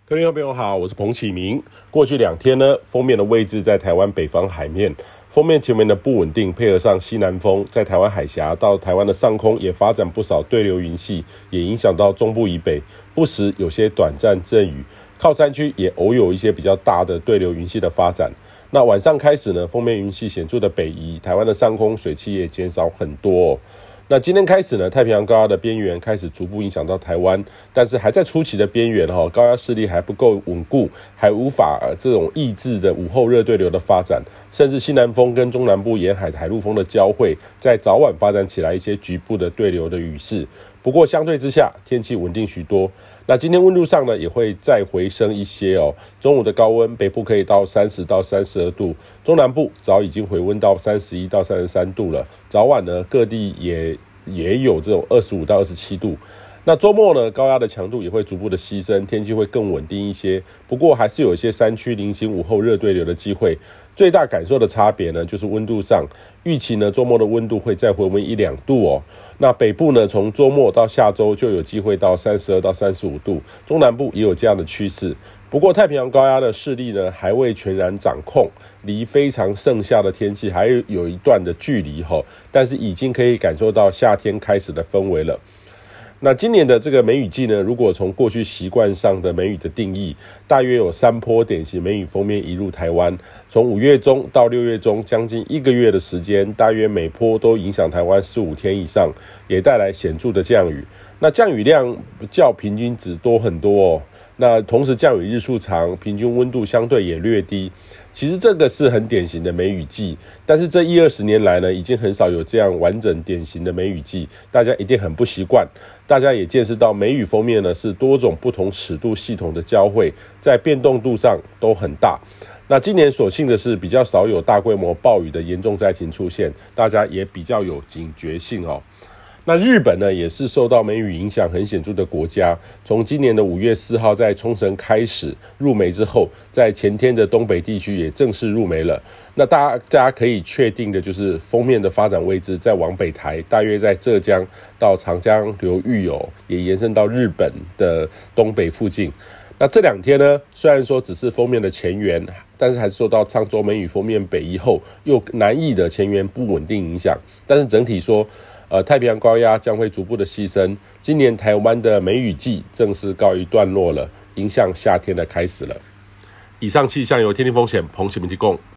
各位朋友好，我是彭启明。过去2天呢，锋面的位置在台湾北方海面，锋面前面的不稳定，配合上西南风，在台湾海峡到台湾的上空也发展不少对流云系，也影响到中部以北，不时有些短暂阵雨。靠山区也偶有一些比较大的对流云系的发展。那晚上开始呢，锋面云系显著的北移，台湾的上空水汽也减少很多。那今天开始呢，太平洋高压的边缘开始逐步影响到台湾，但是还在初期的边缘高压势力还不够稳固，还无法这种抑制的午后热对流的发展，甚至西南风跟中南部沿海海陆风的交汇，在早晚发展起来一些局部的对流的雨势。不过相对之下，天气稳定许多。那今天温度上呢，也会再回升一些中午的高温，北部可以到30到32度，中南部早已经回温到31到33度了。早晚呢，各地也有这种25到27度。那周末呢，高压的强度也会逐步的牺牲，天气会更稳定一些。不过还是有一些山区零星午后热对流的机会。最大感受的差别呢，就是温度上，预期呢周末的温度会再回温1-2度那北部呢，从周末到下周就有机会到32到35度，中南部也有这样的趋势。不过太平洋高压的势力呢，还未全然掌控，离非常盛夏的天气还有一段的距离但是已经可以感受到夏天开始的氛围了。那今年的这个梅雨季呢，如果从过去习惯上的梅雨的定义，大约有3波典型梅雨锋面移入台湾，从5月中到6月中，将近1个月的时间，大约每波都影响台湾15天以上，也带来显著的降雨。那降雨量较平均值多很多那同时降雨日数长，平均温度相对也略低。其实这个是很典型的梅雨季，但是这10-20年来呢，已经很少有这样完整典型的梅雨季，大家一定很不习惯。大家也见识到梅雨锋面呢，是多种不同尺度系统的交汇，在变动度上都很大。那今年所幸的是比较少有大规模暴雨的严重灾情出现，大家也比较有警觉性那日本呢，也是受到梅雨影响很显著的国家，从今年的5月4号在冲绳开始入梅之后，在前天的东北地区也正式入梅了。那大家可以确定的就是锋面的发展位置在往北抬，大约在浙江到长江流域也延伸到日本的东北附近。那这2天呢，虽然说只是锋面的前缘，但是还是受到上周梅雨锋面北移后又南移的前缘不稳定影响。但是整体说太平洋高压将会逐步的牺牲，今年台湾的梅雨季正式告一段落了，迎向夏天的开始了。以上气象由天气风险彭启明提供。